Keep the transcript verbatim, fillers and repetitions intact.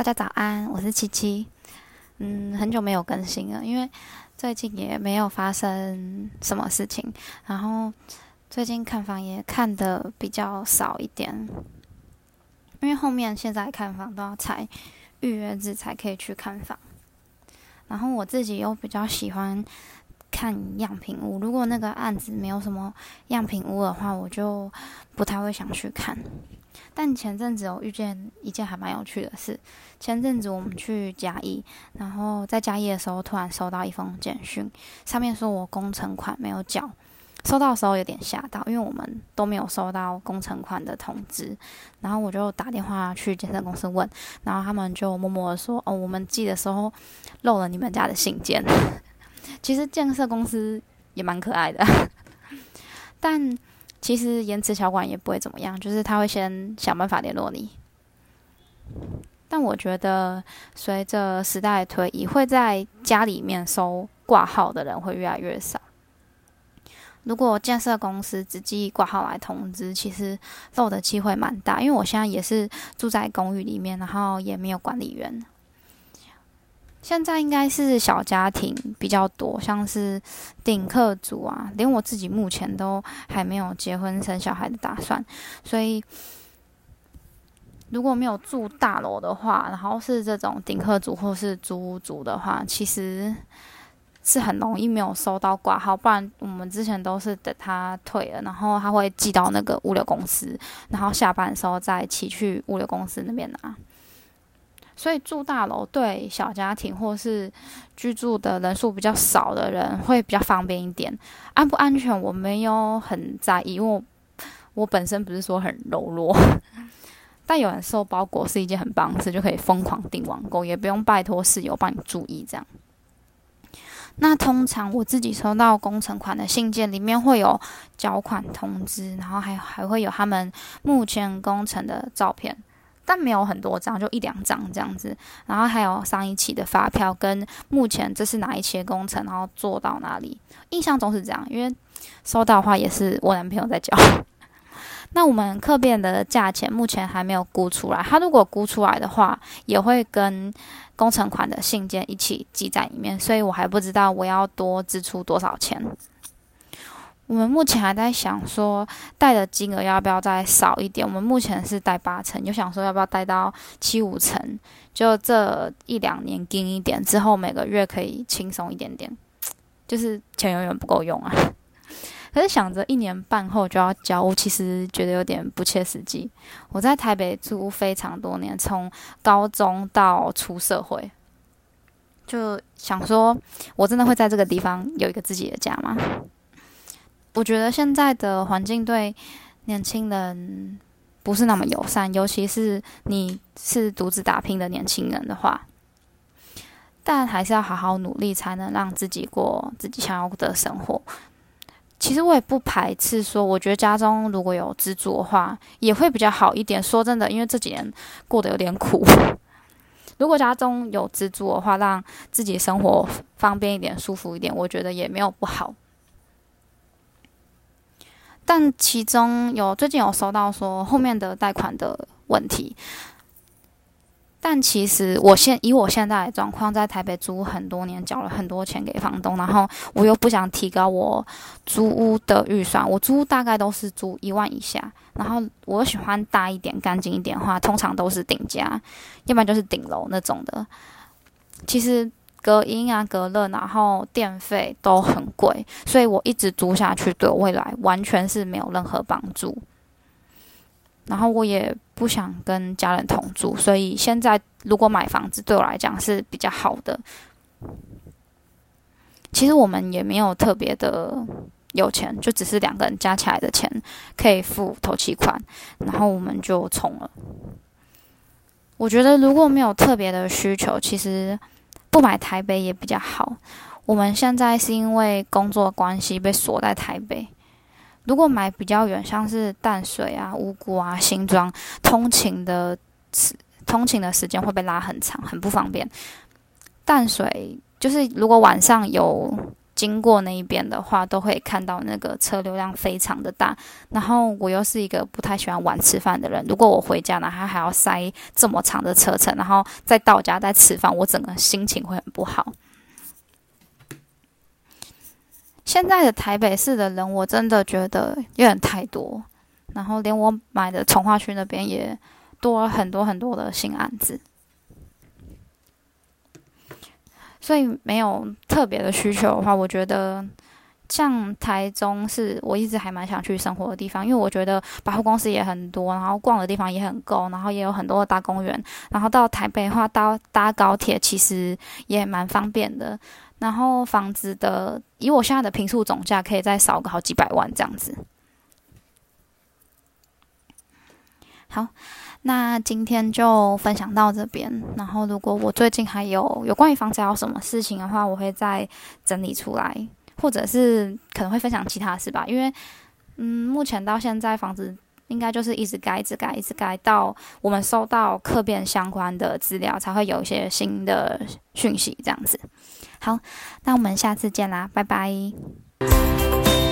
大家早安，我是七七。嗯，很久没有更新了，因为最近也没有发生什么事情，然后最近看房也看的比较少一点，因为后面现在看房都要采预约制才可以去看房，然后我自己又比较喜欢看样品屋，如果那个案子没有什么样品屋的话，我就不太会想去看。但前阵子有遇见一件还蛮有趣的事。前阵子我们去嘉义，然后在嘉义的时候，突然收到一封简讯，上面说我工程款没有缴。收到的时候有点吓到，因为我们都没有收到工程款的通知。然后我就打电话去建设公司问，然后他们就默默的说：“哦，我们寄的时候漏了你们家的信件。”其实建设公司也蛮可爱的，但其实延迟条款也不会怎么样，就是他会先想办法联络你。但我觉得随着时代的推移，会在家里面收挂号的人会越来越少。如果建设公司只寄挂号来通知，其实漏的机会蛮大。因为我现在也是住在公寓里面，然后也没有管理员。现在应该是小家庭比较多，像是顶客族啊，连我自己目前都还没有结婚生小孩的打算，所以如果没有住大楼的话，然后是这种顶客族或是租屋族的话，其实是很容易没有收到挂号，不然我们之前都是等他退了，然后他会寄到那个物流公司，然后下班的时候再骑去物流公司那边拿。所以住大楼对小家庭或是居住的人数比较少的人会比较方便一点。安不安全我没有很在意，因为我我本身不是说很柔弱，但有人收包裹是一件很棒的事，就可以疯狂订网购，也不用拜托室友帮你注意这样。那通常我自己收到工程款的信件里面会有缴款通知，然后还还会有他们目前工程的照片。但没有很多张，就一两张这样子。然后还有上一期的发票跟目前这是哪一期的工程，然后做到哪里。印象中是这样，因为收到的话也是我男朋友在缴。那我们客变的价钱目前还没有估出来，他如果估出来的话，也会跟工程款的信件一起记在里面，所以我还不知道我要多支出多少钱。我们目前还在想说贷的金额要不要再少一点，我们目前是贷八成，就想说要不要贷到七五成，就这一两年紧一点，之后每个月可以轻松一点点，就是钱永远不够用啊。可是想着一年半后就要交屋，其实觉得有点不切实际。我在台北住非常多年，从高中到出社会，就想说我真的会在这个地方有一个自己的家吗？我觉得现在的环境对年轻人不是那么友善，尤其是你是独自打拼的年轻人的话，但还是要好好努力，才能让自己过自己想要的生活。其实我也不排斥说，我觉得家中如果有资助的话，也会比较好一点。说真的，因为这几年过得有点苦，如果家中有资助的话，让自己生活方便一点、舒服一点，我觉得也没有不好。但其中有最近有收到说后面的贷款的问题，但其实我现以我现在的状况，在台北租很多年，缴了很多钱给房东，然后我又不想提高我租屋的预算，我租屋大概都是租一万以下，然后我喜欢大一点、干净一点的话，通常都是顶家，要不然就是顶楼那种的。其实隔音啊、隔热，然后电费都很贵，所以我一直租下去，对我未来完全是没有任何帮助。然后我也不想跟家人同住，所以现在如果买房子对我来讲是比较好的。其实我们也没有特别的有钱，就只是两个人加起来的钱可以付头期款，然后我们就冲了。我觉得如果没有特别的需求，其实不买台北也比较好。我们现在是因为工作关系被锁在台北，如果买比较远，像是淡水啊、五股啊、新庄，通勤的通勤的时间会被拉很长，很不方便。淡水就是如果晚上有经过那一边的话，都会看到那个车流量非常的大。然后我又是一个不太喜欢晚吃饭的人，如果我回家，然后还要塞这么长的车程，然后再到家再吃饭，我整个心情会很不好。现在的台北市的人，我真的觉得有点太多，然后连我买的重划区那边也多了很多很多的新案子。所以没有特别的需求的话，我觉得像台中是我一直还蛮想去生活的地方，因为我觉得百货公司也很多，然后逛的地方也很够，然后也有很多的大公园，然后到台北的话搭搭高铁其实也蛮方便的，然后房子的以我现在的坪数总价可以再少个好几百万这样子。好，那今天就分享到这边。然后，如果我最近还有有关于房子有什么事情的话，我会再整理出来，或者是可能会分享其他事吧。因为，嗯，目前到现在房子应该就是一直盖、一直盖、一直盖，到我们收到客变相关的资料，才会有一些新的讯息这样子。好，那我们下次见啦，拜拜。